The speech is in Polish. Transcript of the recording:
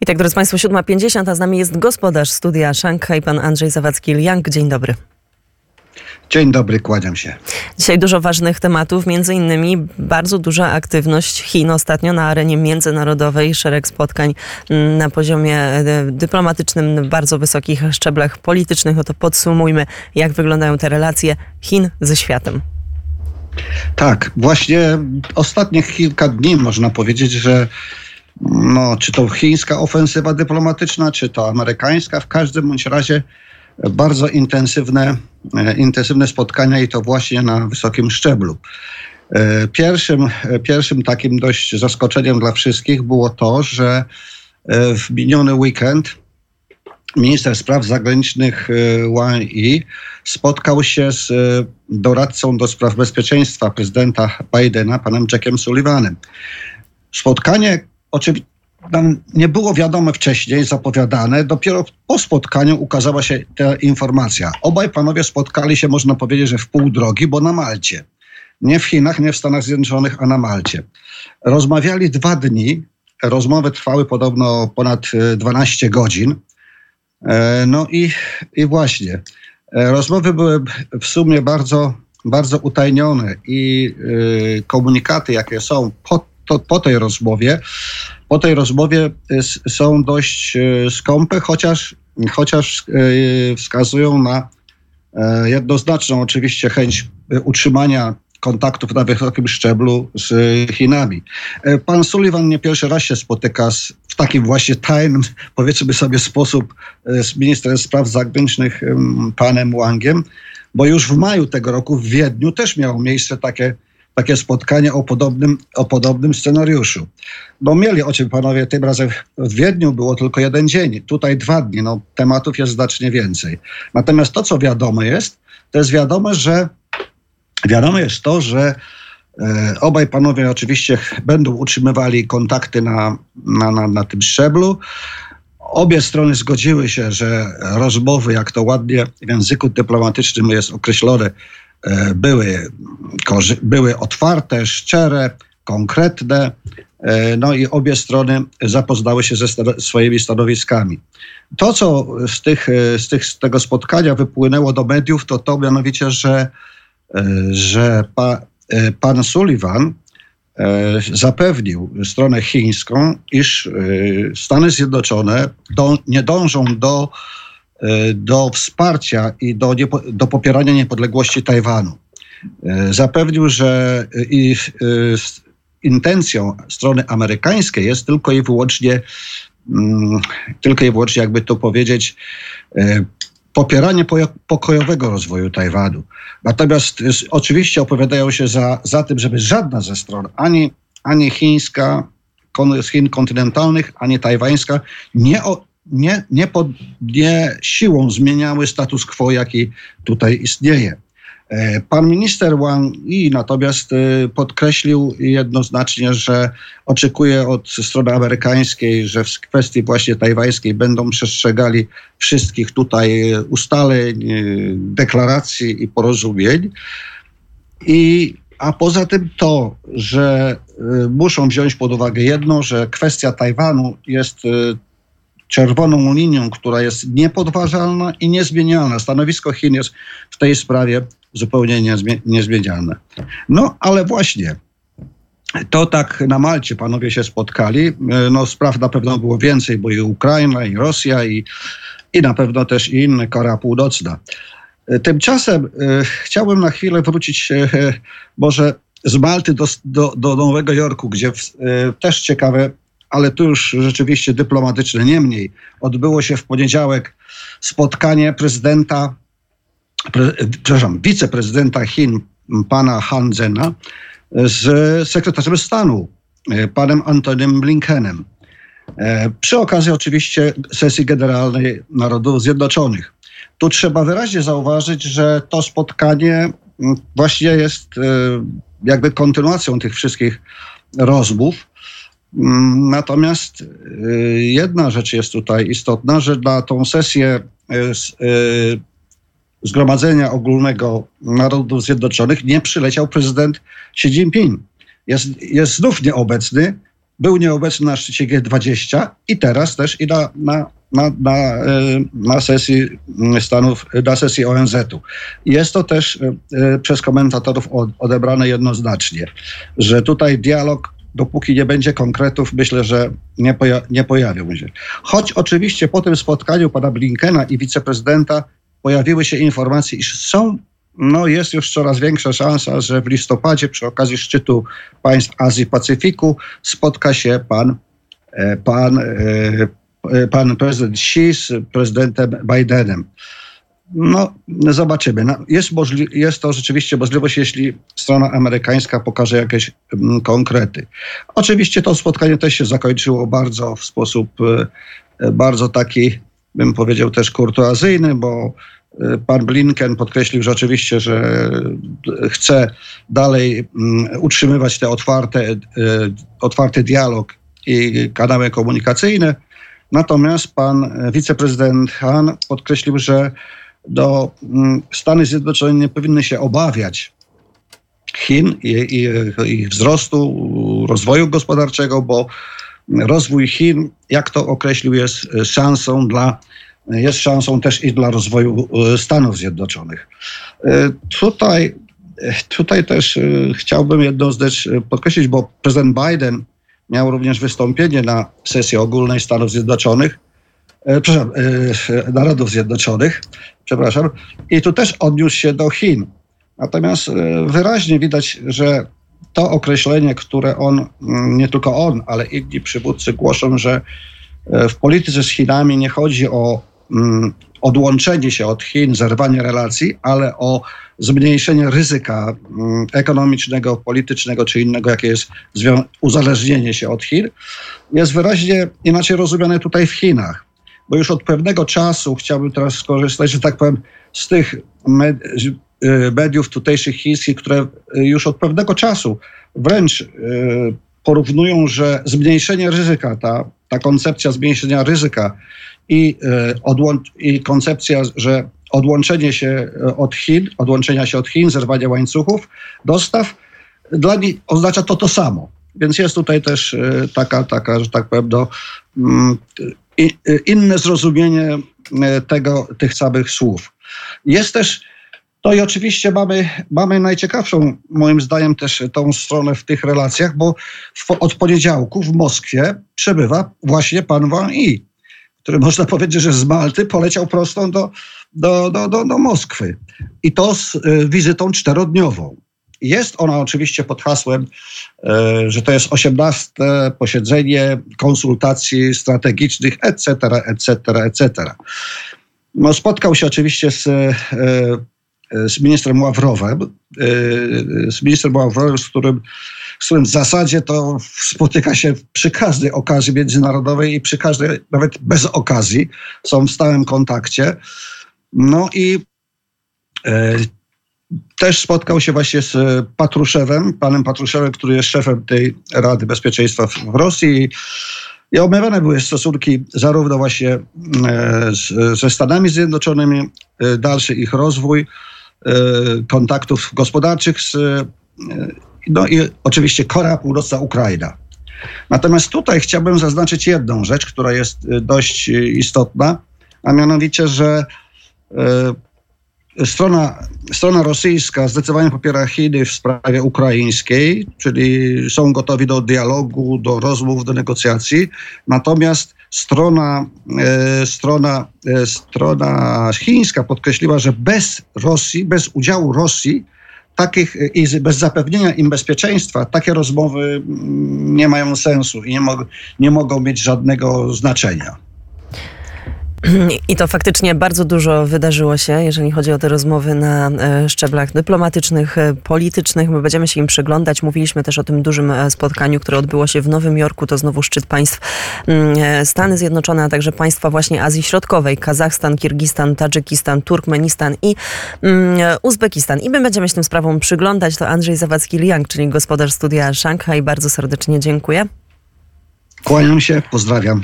I tak, drodzy Państwo, 7:50, a z nami jest gospodarz studia Szanghaj, pan Andrzej Zawadzki-Liang. Dzień dobry. Dzień dobry, kłaniam się. Dzisiaj dużo ważnych tematów, między innymi bardzo duża aktywność Chin ostatnio na arenie międzynarodowej, szereg spotkań na poziomie dyplomatycznym, bardzo wysokich szczeblach politycznych. Oto podsumujmy, jak wyglądają te relacje Chin ze światem. Tak, właśnie ostatnich kilka dni można powiedzieć, że czy to chińska ofensywa dyplomatyczna, czy to amerykańska, w każdym bądź razie bardzo intensywne spotkania i to właśnie na wysokim szczeblu. Pierwszym takim dość zaskoczeniem dla wszystkich było to, że w miniony weekend minister spraw zagranicznych Wang Yi spotkał się z doradcą do spraw bezpieczeństwa prezydenta Bidena, panem Jackiem Sullivanem. Spotkanie oczywiście nie było wiadome wcześniej, zapowiadane. Dopiero po spotkaniu ukazała się ta informacja. Obaj panowie spotkali się, można powiedzieć, że w pół drogi, bo na Malcie. Nie w Chinach, nie w Stanach Zjednoczonych, a na Malcie. Rozmawiali 2 dni. Rozmowy trwały podobno ponad 12 godzin. I właśnie. Rozmowy były w sumie bardzo, bardzo utajnione i komunikaty, jakie są po tej rozmowie są dość skąpe, chociaż wskazują na jednoznaczną oczywiście chęć utrzymania kontaktów na wysokim szczeblu z Chinami. Pan Sullivan nie pierwszy raz się spotyka w takim właśnie tajnym, powiedzmy sobie, sposób z ministrem spraw zagranicznych panem Wangiem, bo już w maju tego roku w Wiedniu też miało miejsce takie spotkanie o podobnym scenariuszu. Mieli o czym panowie, tym razem w Wiedniu było tylko 1 dzień, tutaj 2 dni, tematów jest znacznie więcej. Natomiast to, co wiadomo jest to, że obaj panowie oczywiście będą utrzymywali kontakty na tym szczeblu. Obie strony zgodziły się, że rozmowy, jak to ładnie w języku dyplomatycznym jest określone, były otwarte, szczere, konkretne, i obie strony zapoznały się ze swoimi stanowiskami. To, co z tego spotkania wypłynęło do mediów, to mianowicie, że pan Sullivan zapewnił stronę chińską, iż Stany Zjednoczone nie dążą do wsparcia i do popierania niepodległości Tajwanu. Zapewnił, że intencją strony amerykańskiej jest tylko i wyłącznie, jakby to powiedzieć, popieranie pokojowego rozwoju Tajwanu. Natomiast oczywiście opowiadają się za tym, żeby żadna ze stron, ani chińska, z Chin kontynentalnych, ani tajwańska, nie siłą zmieniały status quo, jaki tutaj istnieje. Pan minister Wang Yi natomiast podkreślił jednoznacznie, że oczekuje od strony amerykańskiej, że w kwestii właśnie tajwańskiej będą przestrzegali wszystkich tutaj ustaleń, deklaracji i porozumień. A poza tym to, że muszą wziąć pod uwagę jedno, że kwestia Tajwanu jest czerwoną linią, która jest niepodważalna i niezmienialna. Stanowisko Chin jest w tej sprawie zupełnie niezmienialne. Ale właśnie, to tak na Malcie panowie się spotkali. Spraw na pewno było więcej, bo i Ukraina, i Rosja, i na pewno też i inne, Korea Północna. Tymczasem chciałbym na chwilę wrócić może z Malty do Nowego Jorku, gdzie też ciekawe, ale tu już rzeczywiście dyplomatyczne. Niemniej odbyło się w poniedziałek spotkanie wiceprezydenta Chin, pana Han Zena, z sekretarzem stanu, panem Antonym Blinkenem. Przy okazji oczywiście sesji generalnej Narodów Zjednoczonych. Tu trzeba wyraźnie zauważyć, że to spotkanie właśnie jest jakby kontynuacją tych wszystkich rozmów. Natomiast jedna rzecz jest tutaj istotna, że na tą sesję Zgromadzenia Ogólnego Narodów Zjednoczonych nie przyleciał prezydent Xi Jinping. Jest znów nieobecny był nieobecny na szczycie G20 i teraz też i na sesji Stanów, na sesji ONZ-u. Jest to też przez komentatorów odebrane jednoznacznie, że tutaj dialog, dopóki nie będzie konkretów, myślę, że nie pojawią się. Choć oczywiście po tym spotkaniu pana Blinkena i wiceprezydenta pojawiły się informacje, iż jest już coraz większa szansa, że w listopadzie przy okazji szczytu państw Azji i Pacyfiku spotka się pan prezydent Xi z prezydentem Bidenem. Zobaczymy. Jest to rzeczywiście możliwość, jeśli strona amerykańska pokaże jakieś konkrety. Oczywiście to spotkanie też się zakończyło w sposób bardzo taki, bym powiedział, też kurtuazyjny, bo pan Blinken podkreślił rzeczywiście, że chce dalej utrzymywać te otwarty dialog i kanały komunikacyjne. Natomiast pan wiceprezydent Han podkreślił, że Stany Zjednoczone nie powinny się obawiać Chin i ich wzrostu, rozwoju gospodarczego, bo rozwój Chin, jak to określił, jest szansą też i dla rozwoju Stanów Zjednoczonych. Tutaj też chciałbym jedną rzecz podkreślić, bo prezydent Biden miał również wystąpienie na sesji ogólnej Stanów Zjednoczonych, Narodów Zjednoczonych, i tu też odniósł się do Chin. Natomiast wyraźnie widać, że to określenie, które nie tylko on, ale inni przywódcy głoszą, że w polityce z Chinami nie chodzi o odłączenie się od Chin, zerwanie relacji, ale o zmniejszenie ryzyka ekonomicznego, politycznego czy innego, jakie jest uzależnienie się od Chin, jest wyraźnie inaczej rozumiane tutaj w Chinach. Bo już od pewnego czasu, chciałbym teraz skorzystać, że tak powiem, z tych mediów tutejszych chińskich, które już od pewnego czasu wręcz porównują, że zmniejszenie ryzyka, ta koncepcja zmniejszenia ryzyka i koncepcja, że odłączenia się od Chin, zerwania łańcuchów dostaw, dla nich oznacza to samo. Więc jest tutaj też taka, że tak powiem, inne zrozumienie tych samych słów. Jest też i oczywiście mamy najciekawszą, moim zdaniem, też tą stronę w tych relacjach, bo od poniedziałku w Moskwie przebywa właśnie pan Wang Yi, który można powiedzieć, że z Malty poleciał prosto do Moskwy. I to z wizytą 4-dniową. Jest ona oczywiście pod hasłem, że to jest 18. posiedzenie konsultacji strategicznych, etc., etc., etc. Spotkał się oczywiście z ministrem Ławrowem, z którym w zasadzie to spotyka się przy każdej okazji międzynarodowej i przy każdej, nawet bez okazji, są w stałym kontakcie. I też spotkał się właśnie z panem Patruszewem, który jest szefem tej Rady Bezpieczeństwa w Rosji. I omawiane były stosunki zarówno właśnie ze Stanami Zjednoczonymi, dalszy ich rozwój, kontaktów gospodarczych i oczywiście Korea Północna, Ukraina. Natomiast tutaj chciałbym zaznaczyć jedną rzecz, która jest dość istotna, a mianowicie, że strona rosyjska zdecydowanie popiera Chiny w sprawie ukraińskiej, czyli są gotowi do dialogu, do rozmów, do negocjacji. Natomiast strona chińska podkreśliła, że bez Rosji, bez udziału Rosji, i bez zapewnienia im bezpieczeństwa, takie rozmowy nie mają sensu i nie mogą mieć żadnego znaczenia. I to faktycznie bardzo dużo wydarzyło się, jeżeli chodzi o te rozmowy na szczeblach dyplomatycznych, politycznych. My będziemy się im przyglądać. Mówiliśmy też o tym dużym spotkaniu, które odbyło się w Nowym Jorku. To znowu szczyt państw Stany Zjednoczone, a także państwa właśnie Azji Środkowej. Kazachstan, Kirgistan, Tadżykistan, Turkmenistan i Uzbekistan. I my będziemy się tym sprawom przyglądać. To Andrzej Zawadzki-Liang, czyli gospodarz studia Szanghaj. Bardzo serdecznie dziękuję. Kłaniam się, pozdrawiam.